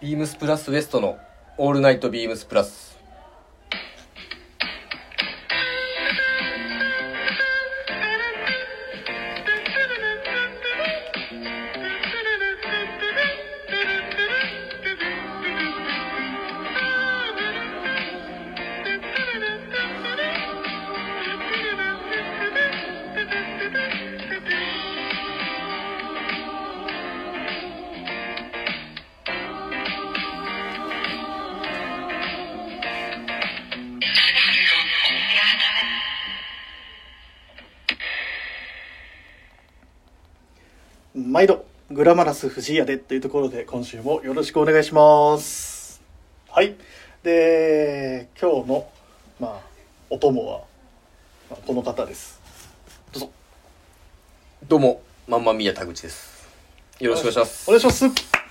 ビームスプラスウエストのオールナイトビームスプラス。 毎度グラマラス藤井屋でというところで今週もよろしくお願いします。はい。で今日のお供は、この方です。どうぞ。 どうもマンマミヤ田口です。よろしくお願いします。 お願いします。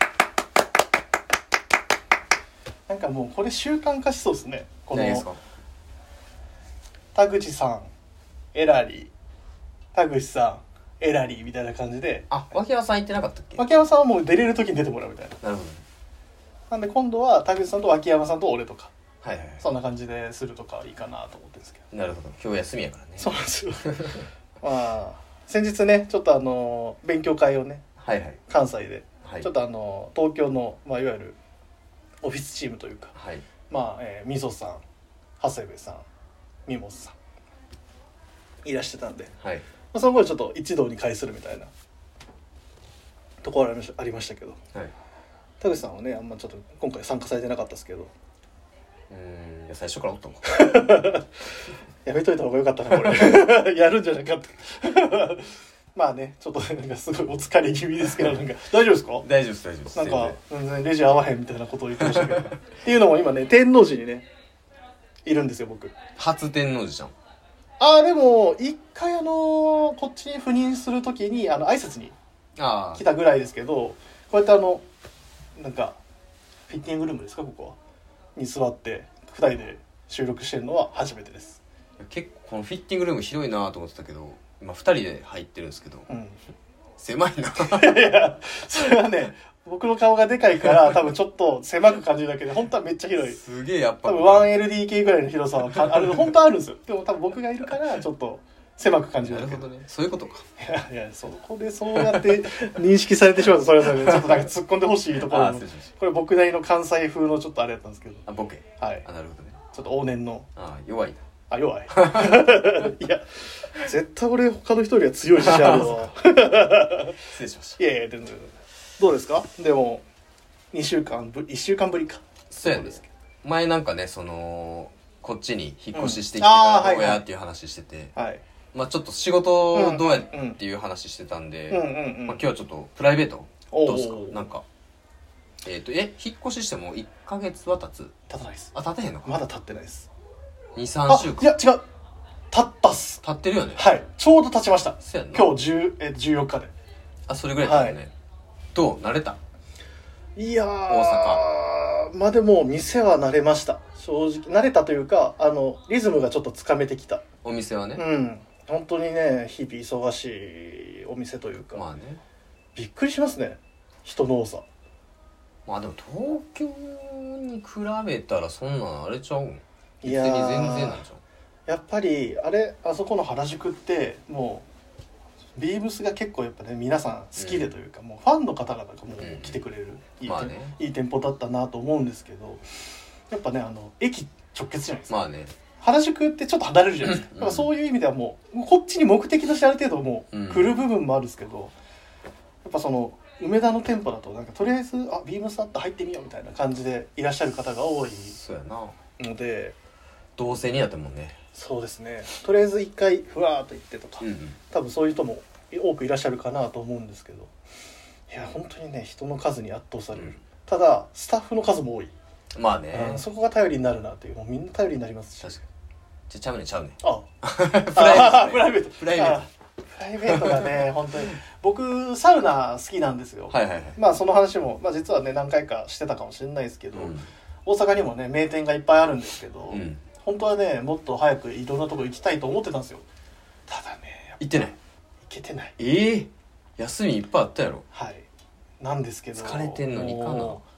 なんかもうこれ習慣化しそうですね。この何ですか？ 田口さんエラリー、田口さんエラリーみたいな感じで。 あ、脇山さん言ってなかったっけ？ 脇山さんはもう出れる時に出てもらうみたいな。 なるほどね。 なんで今度は田口さんと脇山さんと俺とか、 はいはいはい。 そんな感じでするとかいいかなと思ってるんですけど。 なるほど。今日休みやからね。 そうなんですよ先日ねちょっと勉強会をねはいはい。 関西で、 はい。 ちょっと東京の、いわゆるオフィスチームというか、 はい。 みそさん、長谷部さん、みもさんいらしてたんで、 はい。 その頃ちょっと一堂に会するみたいなところありましたけど、 はい。 田口さんはねあんまちょっと今回参加されてなかったですけど、 いや最初からおったもん。 やめといた方がよかったなこれやるんじゃなかったまあねちょっとなんかすごいお疲れ気味ですけど、なんか大丈夫ですか？ 大丈夫です大丈夫です。 なんか全然レジ合わへんみたいなことを言ってましたけどっていうのも今ね天王寺にねいるんですよ僕。 初天王寺じゃん。 でも一回こっちに赴任するときに挨拶にあ来たぐらいですけど、こうやってなんかフィッティングルームですかここはに座って2人で収録してるのは初めてです。 結構このフィッティングルーム広いなと思ってたけど、今2人で入ってるんですけど、狭いな。 いやそれはね僕の顔がでかいから多分ちょっと狭く感じるだけで本当はめっちゃ広い。 すげえやっぱ多分 1LDK ぐらいの広さは本当はあるんですよ。でも多分僕がいるからちょっと狭く感じるだけ。 なるほどね。そういうことか。 いやそこでそうやって認識されてしまうとそれはそれでちょっとなんか突っ込んでほしいところのこれ僕なりの関西風のちょっとあれだったんですけど。 ボケ。 はい。 なるほどね。 ちょっと往年の。 弱いな。 弱い。いや絶対俺他の人よりは強い自信あるわ。 失礼しました。 いや全然。どうですか？でも1週間ぶりか。 そうやね。前なんかねこっちに引っ越ししてきてからどうやっていう話してて、ちょっと仕事どうやっていう話してたんで、今日はちょっとプライベートどうですか？なんか引っ越ししても1ヶ月は経つ？ 経たないです。 経てへんのか？ まだ経ってないです。 2、3週間。 いや違う、経ったっす。 経ってるよね。 はい、ちょうど経ちました。 そうやんな。 今日14日で。 それぐらいだよね。どう慣れた？ いやー大阪でも店は慣れました。正直慣れたというかリズムがちょっとつかめてきた。 お店はね。 本当にね日々忙しいお店というか、びっくりしますね人の多さ。 でも東京に比べたらそんなんあれちゃうん？ いやー別に全然なんちゃう？ やっぱりあそこの原宿ってもうビームスが結構やっぱね皆さん好きでというか、もうファンの方々がもう来てくれる、いい店舗だったなと思うんですけど、やっぱね駅直結じゃないですか。原宿ってちょっと離れるじゃないですか。だからそういう意味ではもうこっちに目的としてある程度もう来る部分もあるんですけど、やっぱ梅田の店舗だとなんかとりあえずビームスあった入ってみようみたいな感じでいらっしゃる方が多いので、 同性になってもんね。 そうですね。とりあえず一回ふわーっと行ってとか、多分そういう人も多くいらっしゃるかなと思うんですけど、いや本当にね人の数に圧倒される。ただスタッフの数も多い。そこが頼りになるなという。もうみんな頼りになりますし。 確かに。ちゃうね。 プライベートがね本当に僕サウナ好きなんですよ。その話も実はね何回かしてたかもしれないですけど、大阪にもね名店がいっぱいあるんですけど、本当はねもっと早くいろんなとこ行きたいと思ってたんですよ。ただね行ってない。 行けてない。 休みいっぱいあったやろ。 なんですけど疲れてんのにかな。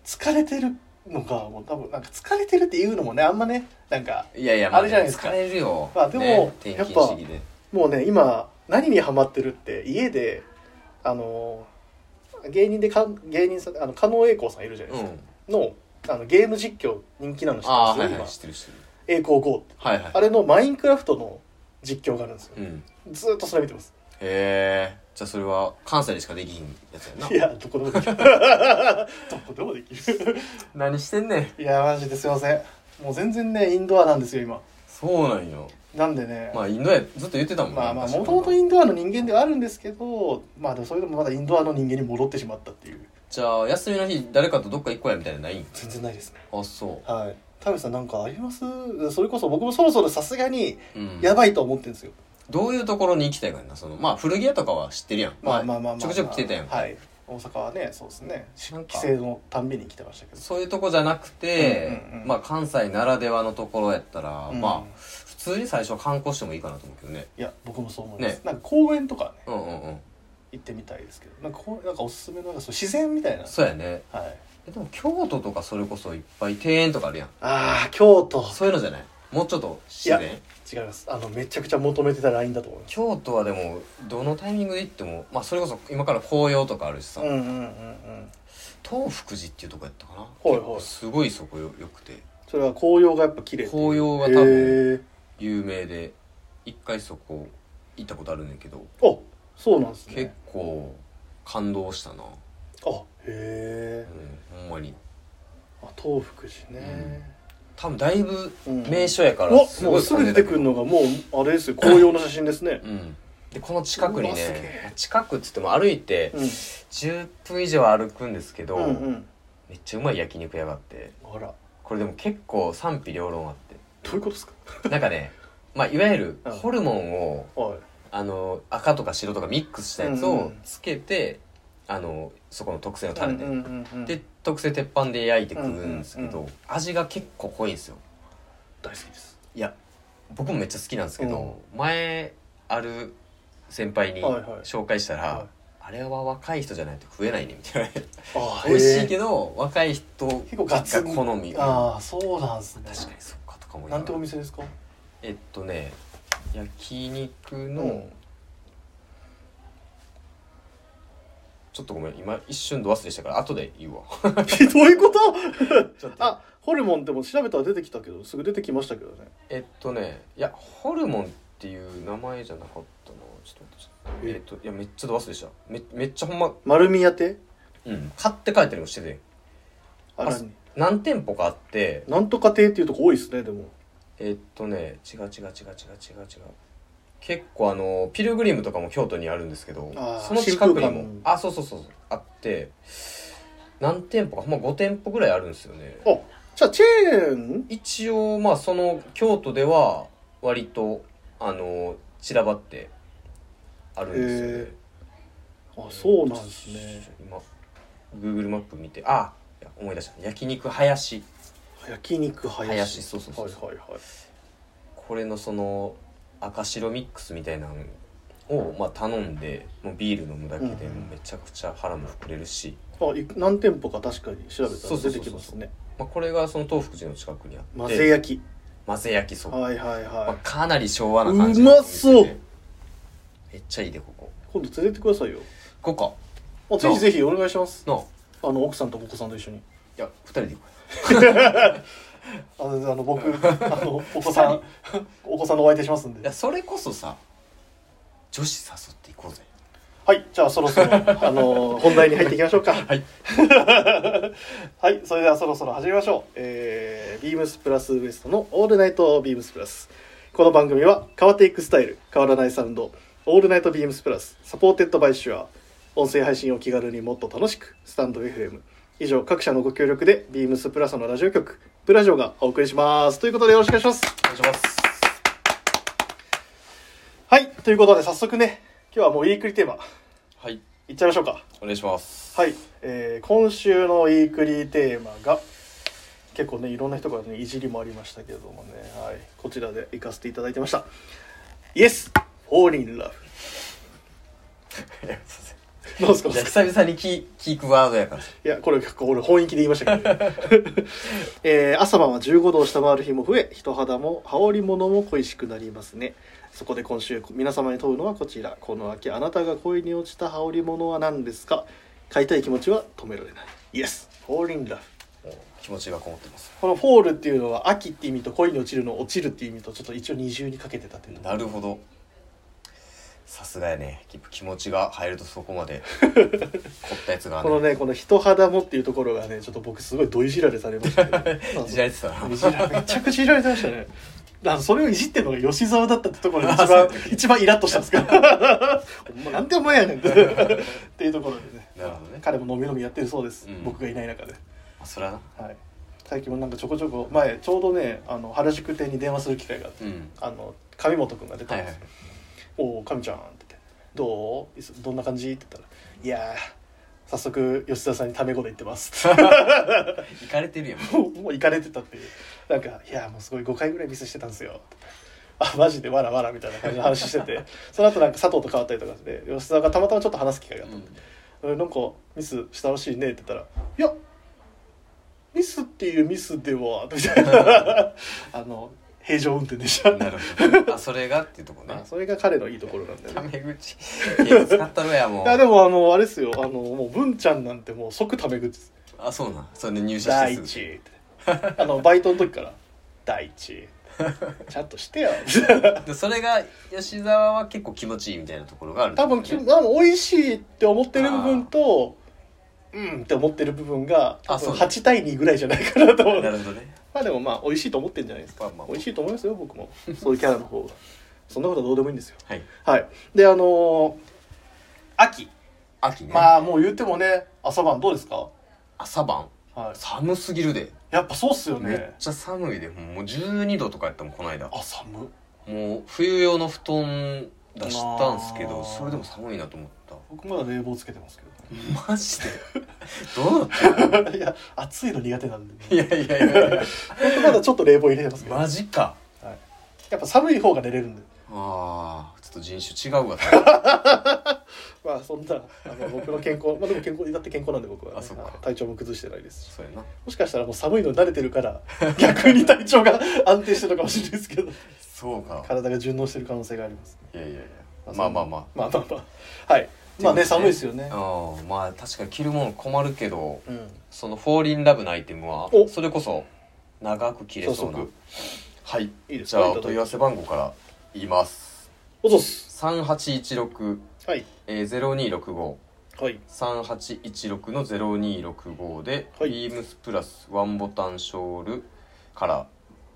疲れてるのがもう多分なんか疲れてるっていうのもねあんまねなんかいやいや、 あれじゃないですか。 疲れるよ。 まあでも、 ね、 やっぱもうね今何にハマってるって家で芸人さん狩野英孝さんいるじゃないですか、のゲーム実況人気なの知ってます？ はいはい、知ってる。 栄光 GO って、はいはい、あれのマインクラフトの実況があるんですよ、ずっとそれ見てます。 へえ。じゃあそれは関西でしかできひんやつやな。 いやどこでもできるどこでもできる何してんねん。いやマジですいません、もう全然ねインドアなんですよ今。 そうなんよ。 なんでね、 まあインドアずっと言ってたもんね。 まあもともとインドアの人間ではあるんですけど、まあでもそれでもまだインドアの人間に戻ってしまったっていう。 じゃあ休みの日誰かとどっか行こうやみたいなのないん？ 全然ないですね。 あ、そう。 はい。田辺さんなんかあります？それこそ僕もそろそろさすがにやばいと思ってるんですよ、 どういうところに行きたいかな。まあ古着屋とかは知ってるやん。 まあちょくちょく来てたやん。 はい。大阪はね、そうですね。帰省のたんびに来てましたけど。 そういうとこじゃなくて、まあ関西ならではのところやったら、まあ普通に最初は観光してもいいかなと思うけどね。 いや僕もそう思います。なんか公園とかね、 行ってみたいですけど、なんかおすすめのなんか自然みたいな。 そうやね。はい。でも京都とかそれこそいっぱい庭園とかあるやん。 ああ京都。 そういうのじゃない？もうちょっと自然？ 違います。めちゃくちゃ求めてたラインだと思います。 京都はでもどのタイミングで行っても、まあそれこそ今から紅葉とかあるしさ、東福寺っていうとこやったかな、はいはい、すごいそこよくて、 それは紅葉がやっぱ綺麗。 紅葉が多分有名で一回そこ行ったことあるんだけど、 あ、そうなんですね。 結構感動したな。 あ、へえ、 ほんまに。 東福寺ね、 多分だいぶ名所やからすごい、もうすぐ出てくるのがもうあれですよ、紅葉の写真ですね。 でこの近くにね、近くっつっても歩いて10分以上歩くんですけど、めっちゃうまい焼肉屋があって、これでも結構賛否両論あって。 どういうことですか？ なんかね、まあいわゆるホルモンを赤とか白とかミックスしたやつをつけて、そこの特製のタレで特製鉄板で焼いて食うんですけど、味が結構濃いんですよ。 大好きです。 いや僕もめっちゃ好きなんですけど、前ある先輩に紹介したら、あれは若い人じゃないと食えないねみたいな美味しいけど若い人が好み。 ああそうなんですね。 確かにそっかとかも。 なんてお店ですか？ 焼肉の、ちょっとごめん今一瞬度忘れしたから後で言うわどういうことあ、ホルモンっても調べたら出てきたけどすぐ出てきましたけどね。 いやホルモンっていう名前じゃなかったな。ちょっと待って、いやめっちゃ度忘れした。めっちゃほんま丸みやて、 買って帰ったりもしてて、何店舗かあって、 なんとか亭っていうとこ多いですね。でも違う結構ピルグリムとかも京都にあるんですけど、その近くにもそうあって、何店舗かほんま5店舗ぐらいあるんですよね。 あ、じゃあチェーン一応まあその京都では割と散らばってあるんですよね。 あ、そうなんですね。 今 Google マップ見て、思い出した。焼肉林、そう、これのその赤白ミックスみたいなのをまあ頼んで、もうビール飲むだけでもめちゃくちゃ腹も膨れるし、 何店舗か確かに調べたら出てきますね。 これがその東福寺の近くにあって、 混ぜ焼き、 そう、 かなり昭和な感じ。 うまそう。 めっちゃいいで、ここ今度連れてくださいよ。 ここかぜひぜひお願いします。奥さんとお子さんと一緒に。 いや2人で行こう僕お子さんのお相手しますんで。 いやそれこそさ、女子誘っていこうぜ。 はい、じゃあそろそろ本題に入っていきましょうか。はいはい、それではそろそろ始めましょう。ビームスプラスウエストのオールナイトビームスプラス。この番組は変わっていくスタイル、変わらないサウンド、オールナイトビームスプラス、サポーテッドバイシュア、音声配信を気軽にもっと楽しく、スタンド FM。以上各社のご協力でビームスプラスのラジオ局プラジオがお送りします。ということでよろしくお願いします。 お願いします。 はい、ということで早速ね、今日はもうウィークリーテーマいっちゃいましょうか。 お願いします。 はい、今週のウィークリーテーマが結構ねいろんな人からねいじりもありましたけれどもね、はい、こちらで行かせていただいてました。 Yes, fall in love なんすか。 久々に聞くワードやから。いや、これ結構俺本気で言いましたけど、ね。朝晩は15度を下回る日も増え、人肌も羽織物も恋しくなりますね。そこで今週皆様に問うのはこちら。この秋あなたが恋に落ちた羽織物は何ですか。買いたい気持ちは止められない。Yes, fall in love。 気持ちがこもってます。 このフォールっていうのは秋って意味と恋に落ちるの落ちるっていう意味とちょっと一応二重にかけてたっていう。 なるほど。さすがやね。気持ちが入るとそこまで凝ったやつが、 ね、このねこの人肌もっていうところがねちょっと僕すごいどいじられされましたけどいじられてたな。 めちゃくちゃいじられてましたね。それをいじってるのが吉沢だったってところで一番イラッとしたんですけどなんでお前やねんっていうところでね。 なるほどね。 彼も飲み飲みやってるそうです、僕がいない中で。 それはな、 はい、最近もなんかちょこちょこ前ちょうどね原宿店に電話する機会があって、上本くんが出たんですよ、おお上ちゃんって言ってどんな感じって言ったらいや早速吉田さんにタメ語で言ってます行かれてるよもう行かれてたっていうなんかいやもうすごい5回ぐらいミスしてたんですよあマジでわらわらみたいな感じの話しててその後なんか佐藤と変わったりとかして吉田がたまたまちょっと話す機会があったんで、なんかミスしたらしいねって言ったらいやミスっていうミスではみたいな平常運転でした。 なるほど。それがっていうとこね。 それが彼のいいところなんだよね。 タメ口。使ったのやもう。 いやでもあれですよもう文ちゃんなんてもう即タメ口です。 あそうなん。それで入社してすぐ。第一バイトの時から第一ちゃんとしてよ。 それが吉沢は結構気持ちいいみたいなところがある、ね。 多分美味しいって思ってる部分と。って思ってる部分が8対2ぐらいじゃないかなと思う。 なるほどね。 まあでも美味しいと思ってるんじゃないですか。美味しいと思いますよ僕も。そういうキャラの方が。そんなことはどうでもいいんですよ。 はい。 はい。で秋ね。 まあもう言ってもね朝晩どうですか。 朝晩。はい。寒すぎるで。 やっぱそうっすよね。 めっちゃ寒いでもう12度とかやったもんこの間。 寒。 もう冬用の布団出したんすけどそれでも寒いなと思った。 僕まだ冷房つけてますけど。 マジでどうなってるいや暑いの苦手なんで、ね、 いや僕まだちょっと冷房入れてますけどマジか、 はい、やっぱ寒い方が寝れるんでああちょっと人種違うわまあそんな僕の健康でも健康だって健康なんで僕は、ね、体調も崩してないですしそうやなもしかしたらもう寒いのに慣れてるから逆に体調が安定してるのかもしれないですけどそうか体が順応してる可能性があります、 ね、いやまあはいまあね寒いですよね。 まあ確かに着るもの困るけど、そのフォーリンラブのアイテムはそれこそ長く着れそうな。はい。いいですか。じゃあお問い合わせ番号から言います。 おぞす。 3816 はい。 0265 はい。 3816の0265で、ビームスプラスワンボタンショールから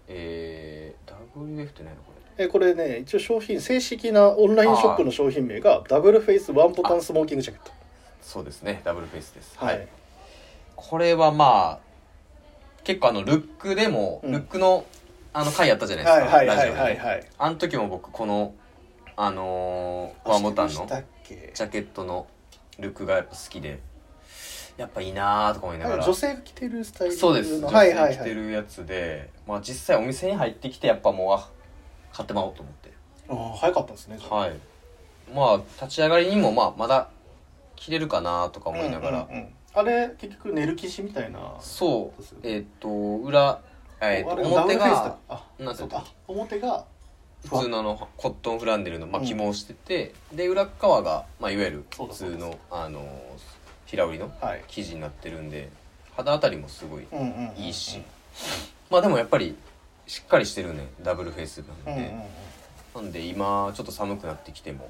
WF ってないのこれ。 これね一応商品正式なオンラインショップの商品名がダブルフェイスワンボタンスモーキングジャケット。 そうですねダブルフェイスです。 はい。 これはまあ結構ルックでも、ルックの回あったじゃないですか、ラジオでね。あの時も僕このワンボタンのジャケットのルックがやっぱ好きでやっぱいいなとか思いながら。 女性が着てるスタイルの。 そうです女性が着てるやつで、まあ実際お店に入ってきてやっぱもう買ってまおうと思って。 早かったですね。 はい。まあ立ち上がりにもまだ着れるかなとか思いながら、 あれ結局ネル生地みたいな。 そう裏表が表が普通のコットンフランネルの紐をしてて、で裏側がいわゆる普通の平織りの生地になってるんで肌当たりもすごいいいし、まあでもやっぱりしっかりしてるねダブルフェイスなんで、なんで今ちょっと寒くなってきても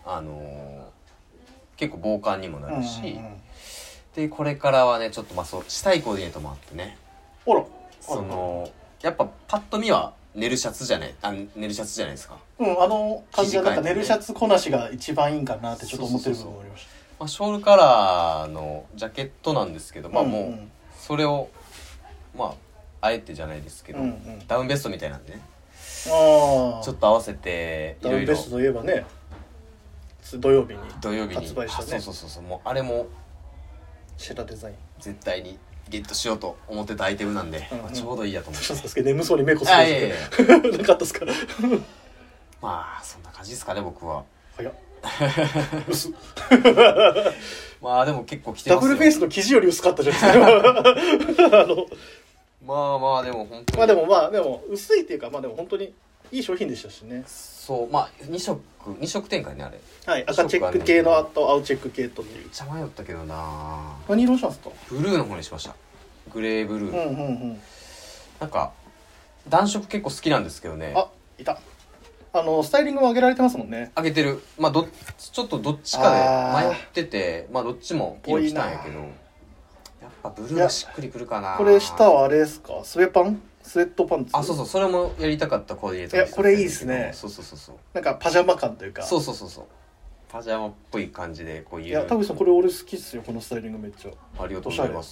結構防寒にもなるし、でこれからはねちょっとしたいコーディネートもあってね、やっぱパッと見はネルシャツじゃないですか。 感じはなんかネルシャツこなしが一番いいんかなってちょっと思ってる部分もありました。 ショールカラーのジャケットなんですけど、もうそれをあえてじゃないですけど、ダウンベストみたいなんでねちょっと合わせていろいろ。 ダウンベストといえばね土曜日に発売したね。 そうもうあれもシェラデザイン絶対にゲットしようと思ってたアイテムなんで、ちょうどいいやと思って。 そうですけど眠そうに目こすってなかったっすか。 まあそんな感じですかね僕は。 早っ薄まあでも結構着てますよ。 ダブルフェイスの生地より薄かったじゃないですかまあまあでも本当にまあでも薄いっていうか、まあでも本当にいい商品でしたしね。 そう、まあ2色展開ねあれ。 はい、赤チェック系のと青チェック系とっていう。 めっちゃ迷ったけどな。 何色にしたんですか？ ブルーの方にしました。グレーブルー。 うんうんうん。 なんか暖色結構好きなんですけどね。 あ、いた。スタイリングも上げられてますもんね。 上げてる。まあちょっとどっちかで迷ってて、まあどっちも色来たんやけど、やっぱブルーがしっくりくるかな。 これ下はあれですか？スウェットパンツ。 あ、そうそう、それもやりたかったコーディネート。 いや、これいいですね。 そう。 なんかパジャマ感というか。 そう。パジャマっぽい感じでこういう。 いや、田口さんこれ俺好きっすよ、このスタイリングめっちゃ。 ありがとうございます。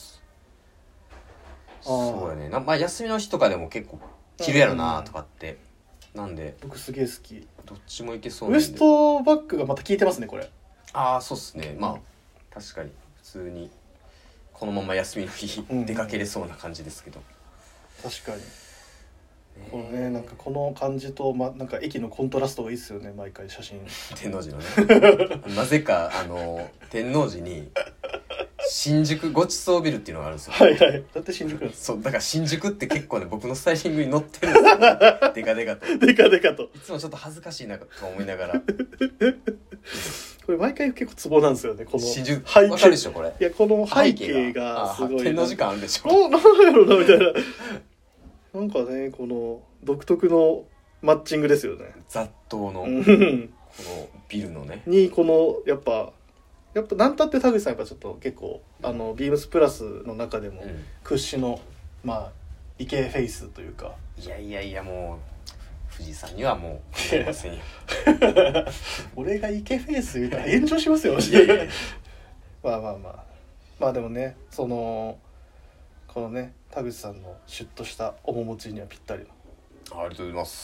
そうやね。まあ休みの日とかでも結構着るやろなとかって。なんで僕すげえ好き。 どっちもいけそうなんで。 ウエストバッグがまた効いてますねこれ。 ああ、そうっすね。まあ確かに普通にこのまま休みの日出かけれそうな感じですけど。 確かに。このね、なんかこの感じと、なんか駅のコントラストがいいっすよね、毎回写真。 天王寺のねなぜか天王寺に新宿ごちそうビルっていうのがあるんですよ。 はいはい。だって新宿なんです。 そう、だから新宿って結構ね、僕のスタイリングに載ってるんですよ。デカデカと。 デカデカと。 いつもちょっと恥ずかしいなと思いながら。 これ毎回結構ツボなんですよね、この新宿背景。 わかるでしょこれ。 いや、この背景がすごい。 天王時間あるでしょ。 なんやろなみたいな。なんかね、この独特のマッチングですよね。 雑踏のこのビルのね。 にこのやっぱなんたって田口さんやっぱちょっと結構ビームスプラスの中でも屈指の、まあイケフェイスというか。 いやもう富士山にはもう来てませんよ。 俺がイケフェイス言うたら炎上しますよ。まあでもね、このね田口さんのシュッとした面持ちにはぴったりの。ありがとうございます。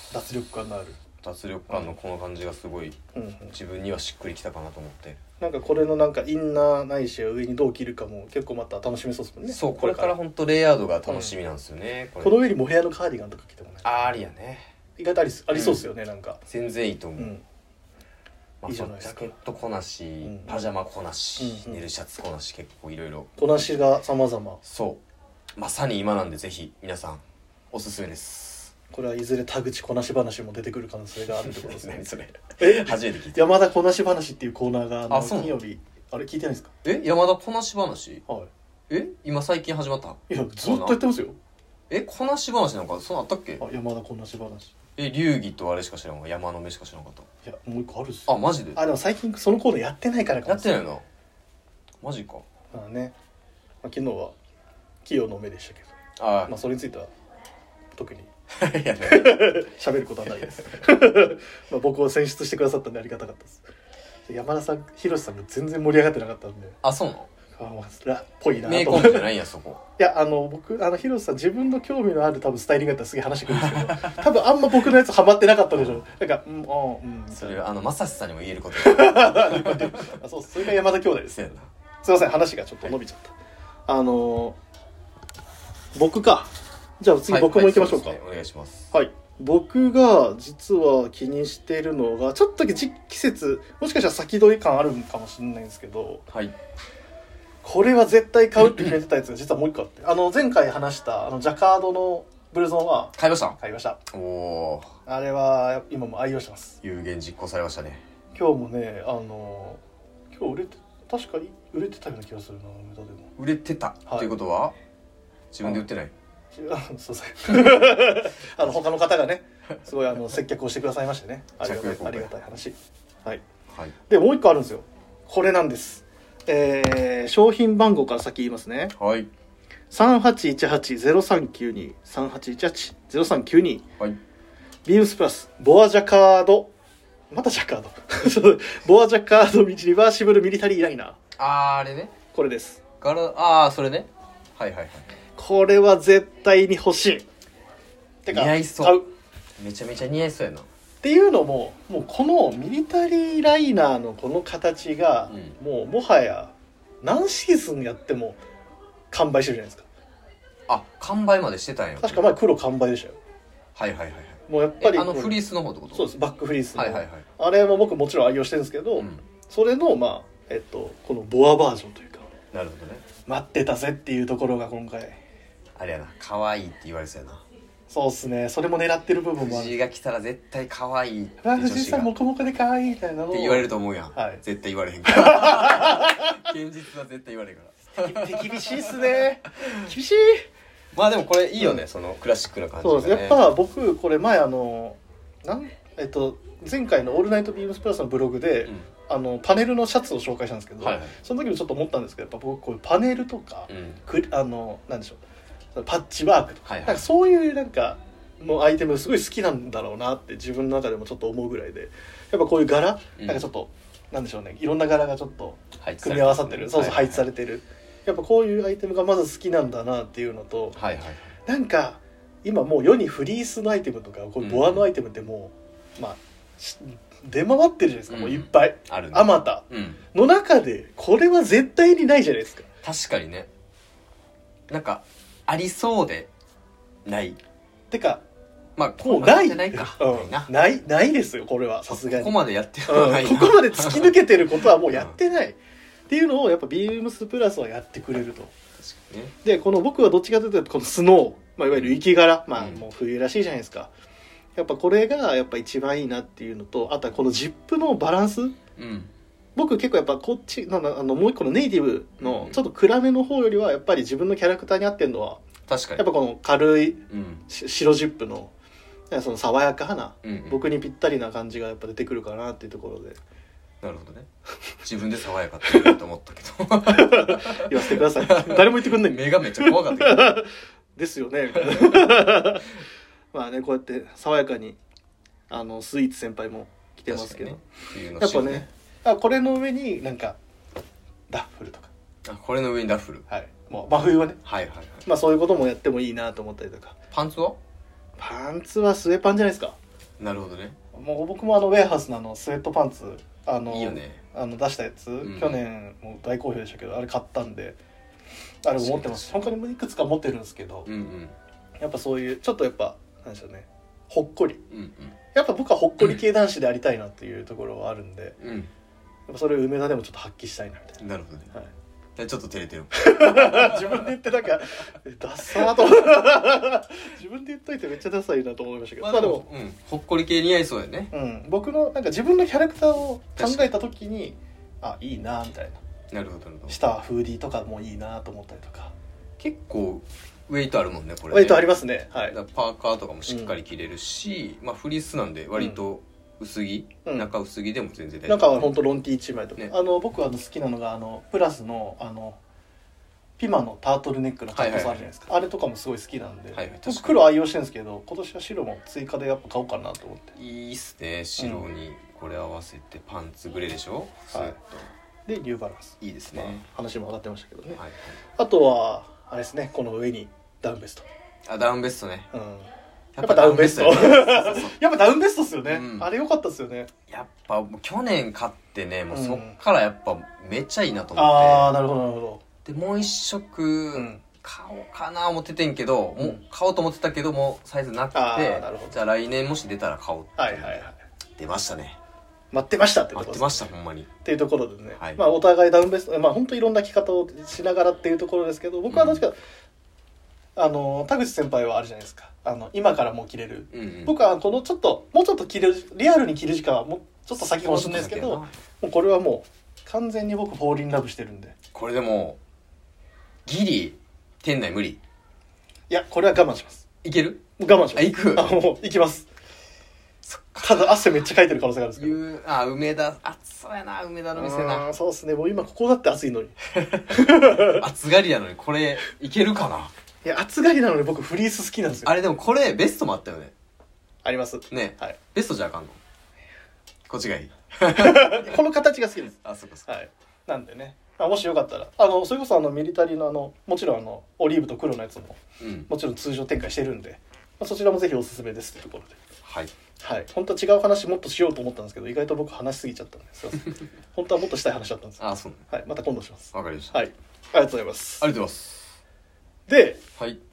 脱力感のある。 脱力感のこの感じがすごい、自分にはしっくりきたかなと思って。 なんかこれのなんかインナーないしは上にどう着るかも結構また楽しめそうですもんね。 そう、これから本当レイヤードが楽しみなんですよね。 この上にモヘアのカーディガンとか着てもね。 ありやね。 意外とありそうですよね、なんか。 全然いいと思う。 いいじゃないですか。 ジャケットこなし、パジャマこなし、寝るシャツこなし、結構いろいろこなしが様々。 そうまさに今なんで、ぜひ皆さんおすすめです。 これはいずれ田口こなし話も出てくる可能性があるってことですね。 何それ初めて聞いた。 山田こなし話っていうコーナーが金曜日あれ聞いてないですか？ 山田こなし話。 はい。 今最近始まった？ いやずっとやってますよ。 こなし話なんかそうなったっけ？ 山田こなし話。 流儀とあれしか知らんわ。山の目しか知らなかった。 いやもう一個あるっす。 あ、マジで？ でも最近そのコーナーやってないからかもしれない。やってないな。マジか。 ね。昨日は器用の目でしたけど。まあそれについては特に喋ることはないです。まあ僕を選出してくださったんでありがたかったです。山田さん、広瀬さんが全然盛り上がってなかったんで。 あ、そうなの？ っぽいなと。 名コンビじゃないんやそこ。 いや僕広瀬さん自分の興味のある多分スタイリングだったらすげえ話してくるんですけど、多分あんま僕のやつハマってなかったでしょ。なんかそれまさしさんにも言えることそう、それが山田兄弟です。すいません、話がちょっと伸びちゃった。僕か。じゃあ次僕も行きましょうか。 お願いします。 はい。僕が実は気にしているのがちょっとだけ季節もしかしたら先取り感あるかもしれないんですけど、 はい、 これは絶対買うって決めてたやつが実はもう一個あって、前回話したジャカードのブルゾンは買いました。 買いました。 おお。 あれは今も愛用してます。 有言実行されましたね。 今日もね今日確かに売れてたような気がするな。梅田でも売れてた、ということは自分で売ってない？ そう他の方がねすごい接客をしてくださいましてね、ありがたい話。はい、はい、でもう一個あるんですよ。これなんです。商品番号から先言いますね。 はい。 3818-0392 3818-0392、 はい、 ビームスプラスボアジャカード、またジャカードボアジャカードリバーシブルミリタリーライナー。 あれね、 これです。 それね。はいはいはい。 これは絶対に欲しい。 てか似合いそう。買う。めちゃめちゃ似合いそうやな。 っていうのも、もうこのミリタリーライナーのこの形が、もはや何シーズンやっても完売してるじゃないですか。 あ、完売までしてたんや。 確か前黒完売でしたよ。 はいはいはいはい。 もうやっぱりフリースの方ってこと？ そうです、バックフリースの、 はいはいはい、 あれも僕もちろん愛用してるんですけど、それのまあこのボアバージョンというか、 なるほどね、 待ってたぜっていうところが今回あれやな、可愛いって言われそうやな。 そうっすね、それも狙ってる部分もある。 藤井が来たら絶対可愛いって藤井さんモコモコで可愛いみたいなのって言われると思うやん、 はい、 絶対言われへんから現実は絶対言われへんから手厳しいっすね厳しい。 まあでもこれいいよね、そのクラシックな感じがね。 そうです、やっぱ僕これ前前回の「オールナイトビームスプラス」のブログで、パネルのシャツを紹介したんですけど、はいはい、その時もちょっと思ったんですけど、やっぱ僕こういうパネルとか、なんでしょう、パッチワークとか、はいはい、なんかそういうなんかのアイテムすごい好きなんだろうなって自分の中でもちょっと思うぐらいで、やっぱこういう柄、なんかちょっとなんでしょうね、いろんな柄がちょっと組み合わさってる、そうそう、配置されてる、やっぱこういうアイテムがまず好きなんだなっていうのと、はいはい、なんか今もう世にフリースのアイテムとかこういうボアのアイテムってもう、まあ出回ってるじゃないですか、もういっぱいある、ね、あまた、の中でこれは絶対にないじゃないですか。 確かにね、なんかありそうでないてか、 まあこうないじゃないか、 ないですよ、これはさすがにここまでやってない、ここまで突き抜けてることはもうやってない、っていうのをやっぱビームスプラスはやってくれると。確かにね。でこの僕はどっちかというとこのスノー、いわゆる雪柄、もう冬らしいじゃないですか。やっぱこれがやっぱ一番いいなっていうのと、あとはこのジップのバランス、僕結構やっぱこっちもう一個のネイティブのちょっと暗めの方よりはやっぱり自分のキャラクターに合ってるのは確かにやっぱこの軽い白ジップのその爽やかな、僕にぴったりな感じがやっぱ出てくるかなっていうところで。 なるほどね。自分で爽やかって言おうと思ったけど言わせてください。誰も言ってくんない。 目がめっちゃ怖かったけどですよねみたいなまあね、こうやって爽やかにスイーツ先輩も来てますけど、ね、やっぱね、これの上になんかダッフルとか、 これの上にダッフル、 はい、もう真冬はね、 はいはいはい、 まあそういうこともやってもいいなと思ったりとか。 パンツはスウェパンじゃないですか。 なるほどね。 もう僕もウェアハウスのスウェットパンツいいよね、 出したやつ、去年も大好評でしたけど、あれ買ったんであれも持ってます。本当にいくつか持ってるんですけど、やっぱそういうちょっとやっぱなんでしょうね、ほっこり、やっぱ僕はほっこり系男子でありたいなっていうところはあるんで、やっぱそれを梅田でもちょっと発揮したいなみたいな。 なるほどね、はい、ちょっと照れてる自分で言ってなんかダッサーと自分で言っといてめっちゃダサいなと思いましたけど、でも、 ほっこり系似合いそうやね、 僕のなんか自分のキャラクターを考えた時にいいなみたいな。 なるほどなるほど。 下はフーディーとかもいいなと思ったりとか。 結構ウェイトあるもんねこれね。 ウェイトありますね、はい、 パーカーとかもしっかり着れるし、フリースなんで割と薄着、中薄着でも全然大丈夫。 中は本当ロンティー1枚とか、ね、僕好きなのがプラスのピマのタートルネックのカットソーあるじゃないですか、あれとかもすごい好きなんで、僕黒愛用してるんですけど、今年は白も追加でやっぱ買おうかなと思って。 いいっすね、白にこれ合わせてパンツグレーでしょ、はい、 でニューバランスいいですね、 話も上がってましたけどね、あとはあれですね、この上にダウンベスト。 ダウンベストね、 やっぱダウンベストやっぱダウンベストっすよね、あれ良かったっすよね。 やっぱもう去年買ってね、もうそっからやっぱめっちゃいいなと思って、 なるほどなるほど。 でもう一色買おうかな思っててんけど、もう買おうと思ってたけどもうサイズなくて、じゃあ来年もし出たら買おうって、出ましたね。 待ってましたってことです。待ってましたほんまにっていうところでね、お互いダウンベスト、本当いろんな着方をしながらっていうところですけど、僕はどっちか田口先輩はあるじゃないですか、今からもう着れる、僕はこのちょっともうちょっと着れる、リアルに着る時間はもうちょっと先かもしれないですけど、もうこれはもう完全に僕フォーリンラブしてるんで。 これでもギリ店内無理。 いやこれは我慢します。 いける？ 我慢します。 行く？ もう行きます。ただ汗めっちゃかいてる可能性があるんですけど。 梅田暑そうやな、梅田の店な。 そうですね、もう今ここだって暑いのに暑がりやのにこれいけるかな。 いや暑がりなのに僕フリース好きなんですよ。 あれでもこれベストもあったよね。 ありますね、はい、ベストじゃあかんの？こっちがいいこの形が好きです。 そっかそっか、はい、 なんでね、もしよかったらそれこそミリタリーのもちろんオリーブと黒のやつも、もちろん通常展開してるんで、そちらもぜひおすすめですというところで、はいはい、本当は違う話もっとしようと思ったんですけど、意外と僕話しすぎちゃったんです本当はもっとしたい話だったんです。 そう、 はい、また今度します。 わかりました。 はい、ありがとうございます。 ありがとうございます。 で、 はい、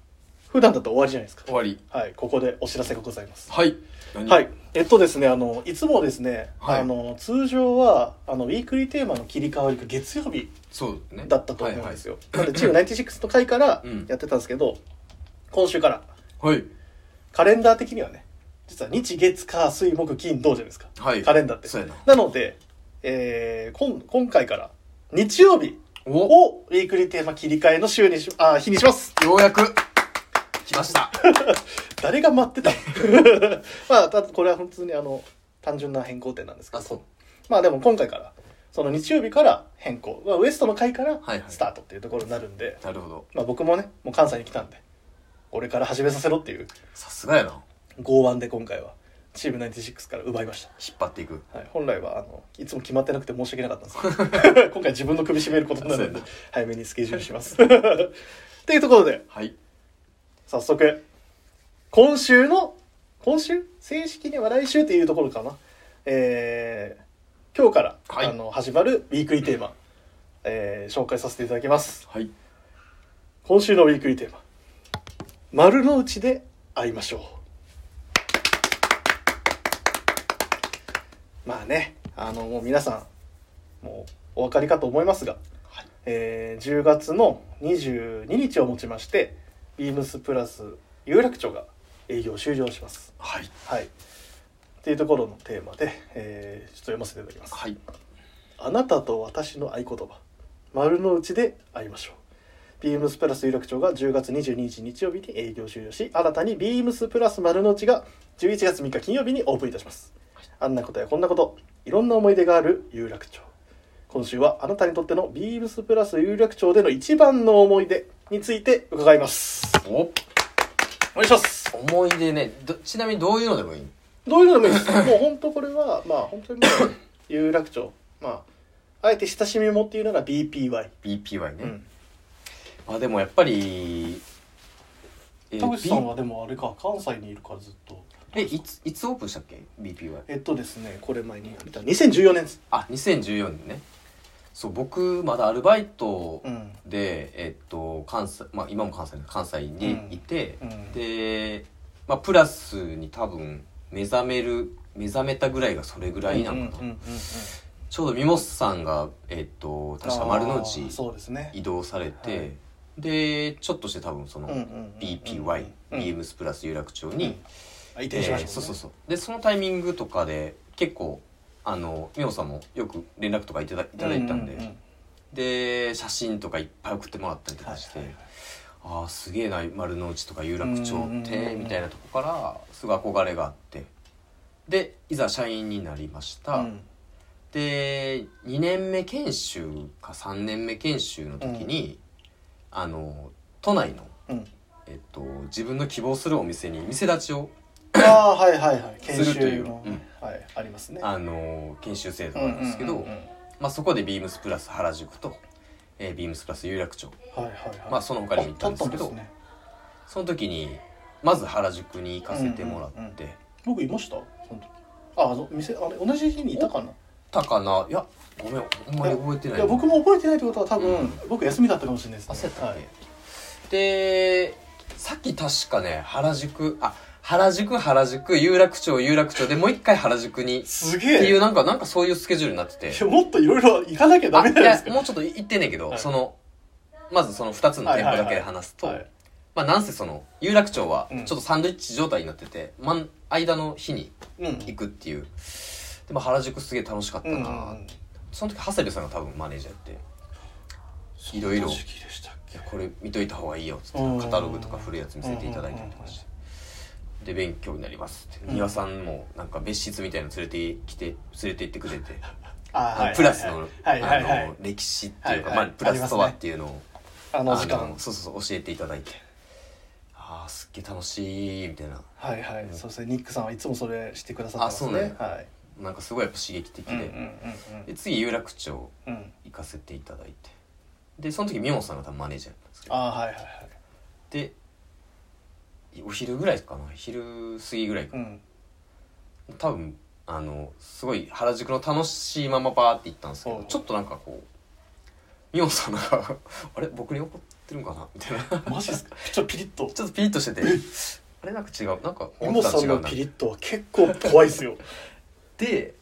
普段だと終わりじゃないですか。 終わり。 はい、ここでお知らせがございます。 はい。 はい。ですね、いつもですね、はい、通常は、ウィークリーテーマの切り替わりが月曜日だったと思うんですよ。なので、チーム96の回からやってたんですけど、今週から、はい、カレンダー的にはね、実は日月火水木金土じゃないですか。はい。カレンダーって。そうやな。なので、今回から日曜日をウィークリーテーマ切り替えの日にします。 ようやく来ました。 誰が待ってたまあただこれは普通に単純な変更点なんですけど、まあでも今回からその日曜日から変更、ウエストの回からスタートっていうところになるんで、 なるほど。 まあ僕もね、もう関西に来たんで、俺から始めさせろっていう、 さすがやな。 剛腕で今回はチーム96から奪いました。 引っ張っていく。 はい、本来はいつも決まってなくて申し訳なかったんですけど今回自分の首絞めることになるので早めにスケジュールしますっていうところで、はい、早速今週正式には来週っていうところかな、今日から、はい、始まるウィークリーテーマ、紹介させていただきます、はい、今週のウィークリーテーマ、丸の内で会いましょう。まあね、もう皆さんもうお分かりかと思いますが、はい、10月の22日をもちましてビームスプラス有楽町が営業終了します。はい、はい、っていうところのテーマで、ちょっと読ませていただきます。はい、あなたと私の合言葉、丸の内で会いましょう。ビームスプラス有楽町が10月22日日曜日に営業終了し、新たにビームスプラス丸の内が11月3日金曜日にオープンいたします。あんなことやこんなこと、いろんな思い出がある有楽町。今週はあなたにとってのビームスプラス有楽町での一番の思い出について伺います。お願いします。 思い出ね、ちなみにどういうのでもいい？ どういうのでもいいです。もう本当これはまあ本当にもう有楽町、まああえて親しみもっていうのが BPY。BPY ね。うん、でもやっぱり田口さんはでもあれか、関西にいるからずっと。 いつオープンしたっけ BPY？ ですね、これ前に見た2014年です。 あ、2014年ね。そう僕まだアルバイトで、関西、まあ今も関西にいて、で、まあプラスに多分目覚めたぐらいがそれぐらいなのかな。ちょうどミモスさんが確か丸の内移動されて、はい、でちょっとして多分その BPY、ビームスプラス有楽町に移転しましたね。 そうでそのタイミングとかで結構ミオさんもよく連絡とかいただいたんで、で写真とかいっぱい送ってもらったりとかして、ああすげえな丸の内とか有楽町ってみたいなとこからすごい憧れがあって、でいざ社員になりました。で2年目研修か3年目研修の時に、都内の、自分の希望するお店に店立ちをはいはいはい、 するという、 はい、ありますね。 研修制度なんですけど、まあそこでビームスプラス原宿と、ビームスプラス有楽町、まあその他にも行ったんですけど、その時にまず原宿に行かせてもらって、 僕いました？その時。店同じ日にいたかな？ いやごめんほんまに覚えてない。 いや僕も覚えてないってことは多分、僕休みだったかもしれないですね。 そうやったっけ？でさっき確かね原宿有楽町でもう一回原宿にすげえっていうなんかそういうスケジュールになってて、 もっといろいろ行かなきゃダメなんですか？ いやもうちょっと行ってんねんけど、まずその2つの店舗だけで話すと、まあなんせその有楽町はちょっとサンドイッチ状態になってて、間の日に行くっていう、でも原宿すげえ楽しかったな。その時長谷部さんが多分マネージャーやっていろいろこれ見といた方がいいよっつってカタログとか古いやつ見せていただいたりとかして、で勉強になりますって、丹羽さんもなんか別室みたいなの連れて行ってくれてプラスの歴史っていうか、まあプラスとはっていうのを時間そう教えていただいて、ああすっげえ楽しいみたいな。 はいはい、そうですね。ニックさんはいつもそれしてくださってますね。はい。 なんかすごいやっぱ刺激的で、次有楽町行かせていただいて、でその時宮本さんが多分マネージャーだったんですけど、 はいはいはい。 でお昼ぐらいかな、昼過ぎぐらいかな、多分すごい原宿の楽しいままバーって行ったんですけど、ちょっとなんかこう宮本さんがあれ僕に怒っってるんかなみたいなマジっすか。ちょっとピリッとしててあれなんか違うなんかイモさんのピリッとは結構怖いっすよで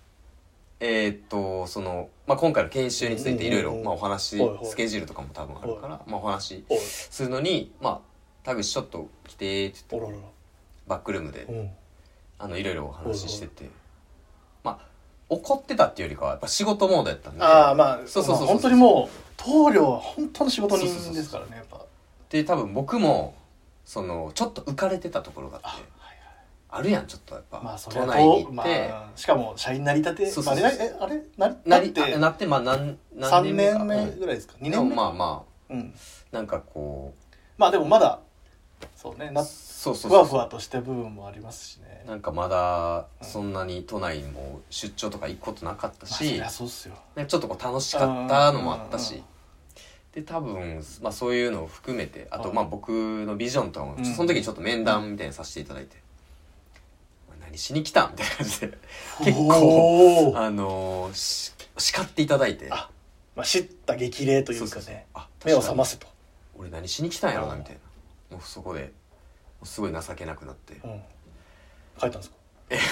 その、まあ、今回の研修についていろいろお話スケジュールとかも多分あるから、まあ、お話するのにまあ田口ちょっと来てって言ってバックルームでいろいろお話ししててまあ怒ってたっていうよりかはやっぱ仕事モードやったんでああまあそう本当にもう棟梁は本当の仕事人ですからねやっぱで多分僕もそのちょっと浮かれてたところがあってあるやんちょっとやっぱ、まあ、都内に行って、 まあ、しかも社員なりたてあれなってまあ何 3年目ぐらいですか、2年目まあまあ、なんかこうまあでもまだそうねふわふわとした部分もありますしねなんかまだそんなに都内にも出張とか行くことなかったし、 まあ、そうっすよちょっとこう楽しかったのもあったしで多分、まあ、そういうのを含めてあとまあ僕のビジョンとかもその時にちょっと面談みたいにさせていただいて何しに来たみたいな感じで結構叱っていただいてまあ、知った激励というかね目を覚ませと俺何しに来たんやろなみたいなもうそこですごい情けなくなって、 帰ったんですか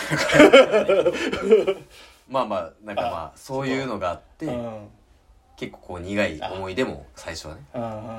まあまあなんかまあそういうのがあって結構こう苦い思い出も最初はね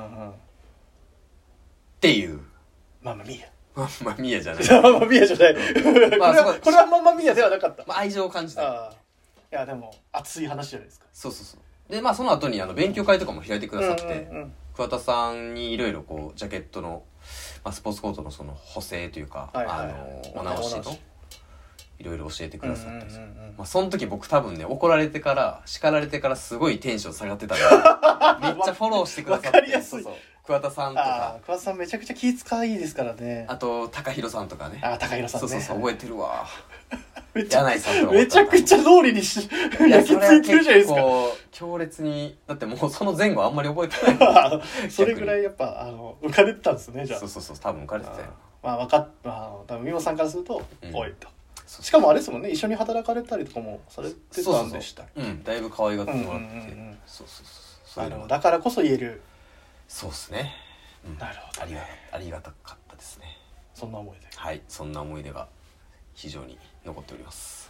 っていうママミヤママミヤじゃないママミヤじゃないこれはママミヤではなかった、 まあ、愛情を感じたいやでも熱い話じゃないですかそうでまあその後に勉強会とかも開いてくださって桑田さんにいろいろこうジャケットの、まあ、スポーツコートのその補正というかお直しのいろいろ教えてくださったりするまあその時僕多分ね怒られてから叱られてからすごいテンション下がってたからめっちゃフォローしてくださって分かりやすい桑田さんとか桑田さんめちゃくちゃ気遣いですからねあと高弘さんとかね高弘さんねそう覚えてるわ柳井さんとかめちゃくちゃ通りに焼き付いてるじゃないですか強烈にだってもうその前後あんまり覚えてないそれぐらいやっぱ浮かれてたんですねじゃあそう多分浮かれてたよまあ多分美穂さんからするとおいとしかもあれですもんね一緒に働かれたりとかもされてたんでしただいぶ可愛がってもらってそうだからこそ言えるそうですねなるほどありがたかったですねそんな思い出はいそんな思い出が非常に残っております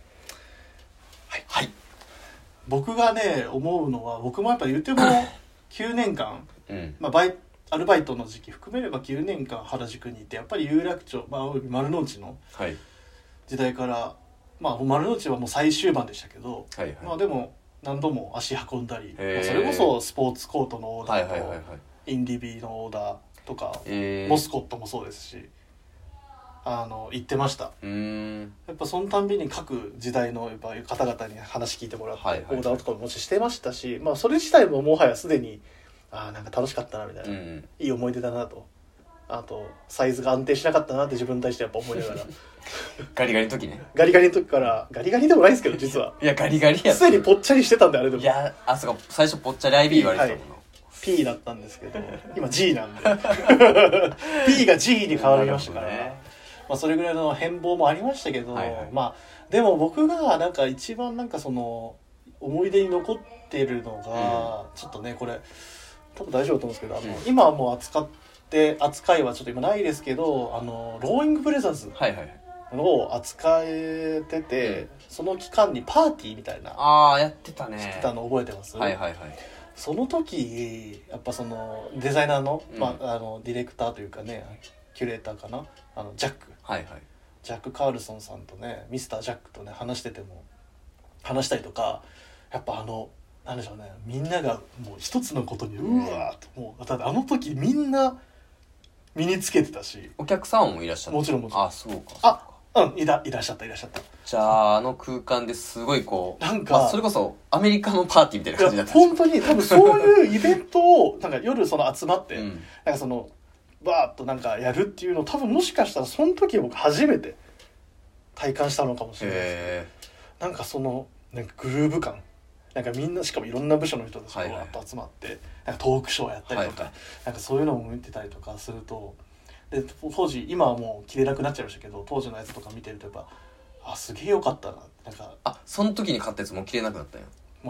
はい僕がね思うのは僕もやっぱ言っても9年間まあアルバイトの時期含めれば9年間原宿にいてやっぱり有楽町、まあ、丸の内の時代から、まあ、丸の内はもう最終盤でしたけど、まあ、でも何度も足運んだり、まあ、それこそスポーツコートのオーダーとインディビーのオーダーとか、モスコットもそうですし行ってました。やっぱそのたんびに各時代のやっぱ方々に話聞いてもらって、オーダーとかももちしてましたし、まあ、それ自体ももはやすでになんか楽しかったなみたいな、いい思い出だなとあとサイズが安定しなかったなって自分に対してやっぱ思いながらガリガリの時ねガリガリの時からガリガリでもないですけど実はいやガリガリやすでにぽっちゃりしてたんであれでもいやそうか最初ぽっちゃり IB 言われてたもんな、 P だったんですけど今 G なんでP が G に変わりましたから、まあ、それぐらいの変貌もありましたけど、まあでも僕がなんか一番なんかその思い出に残ってるのが、ちょっとねこれ多分大丈夫だと思うんですけど今はもう扱いはちょっと今ないですけどローイングブレザーズを扱えてて、その期間にパーティーみたいなやってたねしてたの覚えてます？その時やっぱそのデザイナーの、ディレクターというかねキュレーターかなジャック、ジャック・カールソンさんとねミスター・ジャックとね話したりとかやっぱなんでしょうねみんながもう一つのことにうわーっともうだって時みんな身につけてたしお客さんもいらっしゃった。 もちろんそうかいらっしゃったじゃあ空間ですごいこうなんか、 それこそアメリカのパーティーみたいな感じだった本当に多分そういうイベントをなんか夜その集まって、なんかそのバーッとなんかやるっていうのを多分もしかしたらその時僕初めて体感したのかもしれないです。なんかそのなんかグルーヴ感なんかみんなしかもいろんな部署の人たちがわっと集まって、なんかトークショーやったりとか、なんかそういうのも見てたりとかするとで当時今はもう着れなくなっちゃいましたけど当時のやつとか見てるとやっぱすげえよかったななんかその時に買ったやつもう着れなくなったよもうはい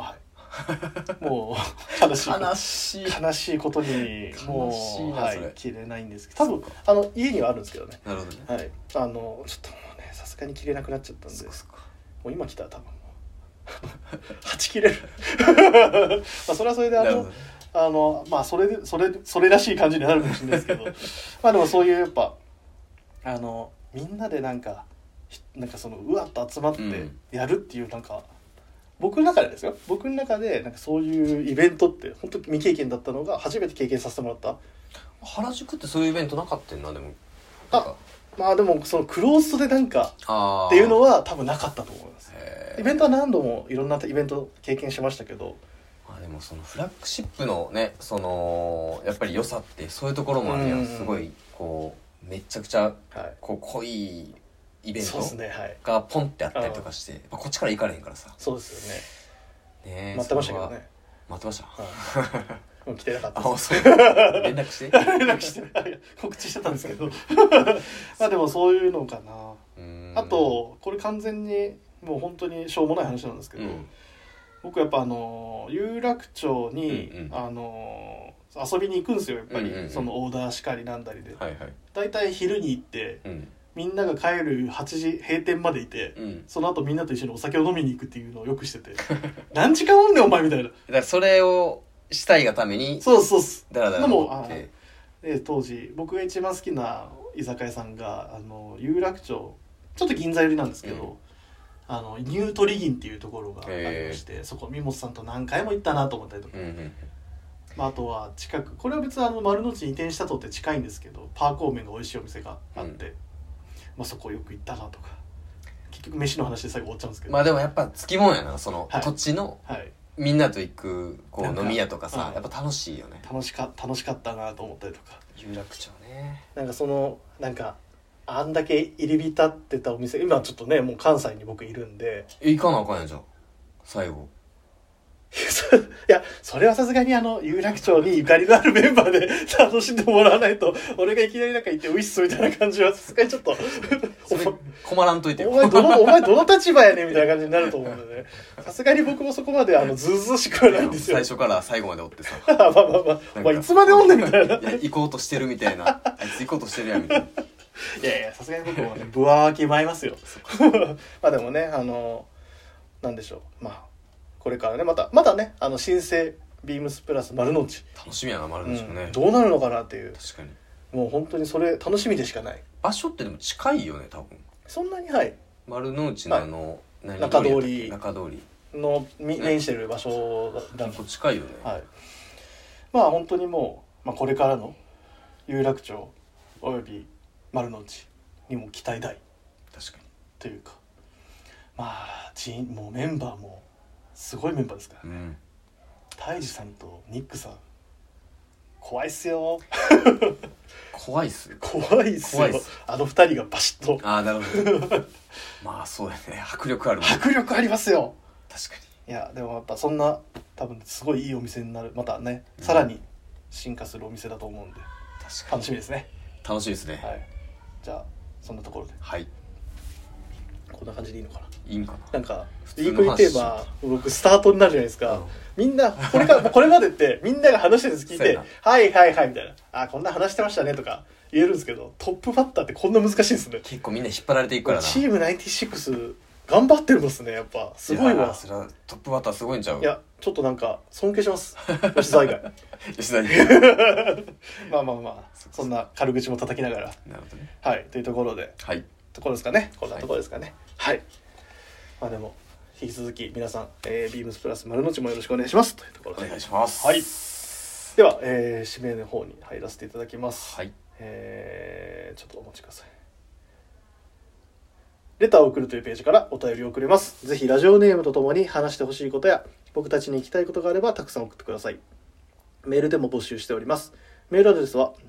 もう悲しいことにもう着れないんですけど、多分家にはあるんですけどね。 なるほどね。 はい、ちょっともうねさすがに着れなくなっちゃったんで、もう今着たら多分もう8着れるまあそれはそれでまあそれらしい感じになるかもしれないですけどまあでもそういうやっぱみんなでなんかそのうわっと集まってやるっていうなんか、僕の中でなんかそういうイベントって本当に未経験だったのが初めて経験させてもらった。 原宿ってそういうイベントなかったんな。でもまあでもそのクローズドでなんかっていうのは多分なかったと思います。イベントは何度もいろんなイベント経験しましたけど、 でもそのフラッグシップのね、そのやっぱり良さってそういうところもあるやん。すごいこうめちゃくちゃこう濃いイベントがポンってあったりとかして、こっちから行かれへんからさ。 そうですよね。 ね、 待ってましたけどね。 待ってました。 もう来てなかったです。連絡して告知してたんですけどまあでもそういうのかな。あとこれ完全にもう本当にしょうもない話なんですけど、僕やっぱ有楽町に、遊びに行くんですよやっぱり、そのオーダーしかりなんだりで、だいたい昼に行って、みんなが帰る8時閉店までいて、その後みんなと一緒にお酒を飲みに行くっていうのをよくしてて何時間おんねんお前みたいな。だからそれをしたいがためにそうだらだら思って。 で当時僕が一番好きな居酒屋さんが有楽町ちょっと銀座寄りなんですけど、ニュートリギンっていうところがありまして、そこ三本さんと何回も行ったなと思ったりとか、まあ、あとは近く、これは別に丸の内に移転したとって近いんですけど、パーコー麺が美味しいお店があって、まあ、そこよく行ったなとか、結局飯の話で最後終わっちゃうんですけど、 まあでもやっぱつきもんやな、その土地の、みんなと行くこう飲み屋とかさ、やっぱ楽しいよね。 楽しかったなと思ったりとか。 有楽町ね。 なんかなんかあんだけ入り浸ってたお店、今ちょっとねもう関西に僕いるんで。 行かなあかんやんじゃん最後。 いやそれはさすがに有楽町にゆかりのあるメンバーで楽しんでもらわないと、俺がいきなりなんか行ってウイッスみたいな感じはさすがにちょっと困らんといてよ。 お前どの立場やねんみたいな感じになると思うんでね、さすがに僕もそこまでずうずうしくはないんですよ。 最初から最後までおってさまあお前いつまでおんねんみたいな。 いや行こうとしてるみたいな、あいつ行こうとしてるやんみたいな。いやさすがに僕もねぶわーきまいますよまあでもねなんでしょう、まあこれからねまたね新生ビームスプラス丸の内楽しみやな。丸の内もね、 どうなるのかなっていう。 確かにもう本当にそれ楽しみでしかない。 場所ってでも近いよね多分。 そんなに丸の内の中通りの面してる場所だと近いよね。 まあ本当にもう、これからの有楽町および丸の内にも期待大。 確かにというか、まあもうメンバーもすごいメンバーですからね。泰治さんとニックさん怖いっすよ怖いっすよ二人がバシッと。 なるほどまあそうやね、迫力あるもん。 迫力ありますよ。 確かに。いやでもやっぱそんな多分すごいいいお店になる、またね、さらに進化するお店だと思うんで、楽しみですね。 楽しみですね。 じゃあそんなところで、こんな感じでいいのかな。 いいんかな。 なんかウィークリーテーマ僕スタートになるじゃないですか。みんなこれまでってみんなが話してるやつ聞いてはいみたいな、こんな話してましたねとか言えるんですけど、トップバッターってこんな難しいんですね。 結構みんな引っ張られていくからな。 チーム96頑張ってるんですね。やっぱすごいわ。 それはトップバッターすごいんちゃう。 いやちょっとなんか尊敬します吉沢以外まあそんな軽口も叩きながら。 なるほどね。 というところで、ところですかね。こんなところですかね。まあでも引き続き皆さん、ビームスプラス丸の内もよろしくお願いしますというところでお願いします。 では、指名の方に入らせていただきます。ちょっとお待ちください。レターを送るというページからお便りを送れます。ぜひラジオネームとともに話してほしいことや僕たちに聞きたいことがあればたくさん送ってください。メールでも募集しております。メールアドレスは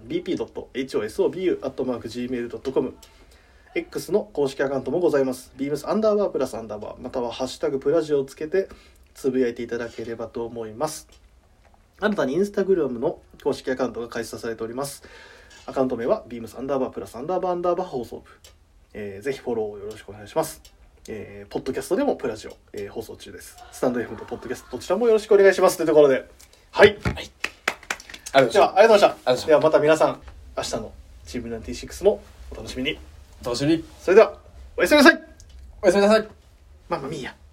bp.hosobu@gmail.com、X の公式アカウントもございます。beams_+_ またはハッシュタグプラジオをつけてつぶやいていただければと思います。新たにインスタグラムの公式アカウントが開設されております。アカウント名は beams_+_ 放送部。ぜひフォローをよろしくお願いします。 ポッドキャストでもプラジオ、放送中です。スタンド FM とポッドキャストどちらもよろしくお願いしますというところで、はい、はい、ではありがとうございました。ではまた皆さん明日のチーム96もお楽しみに。 お楽しみに。 それではおやすみなさい。 おやすみなさい。 ママミーヤ。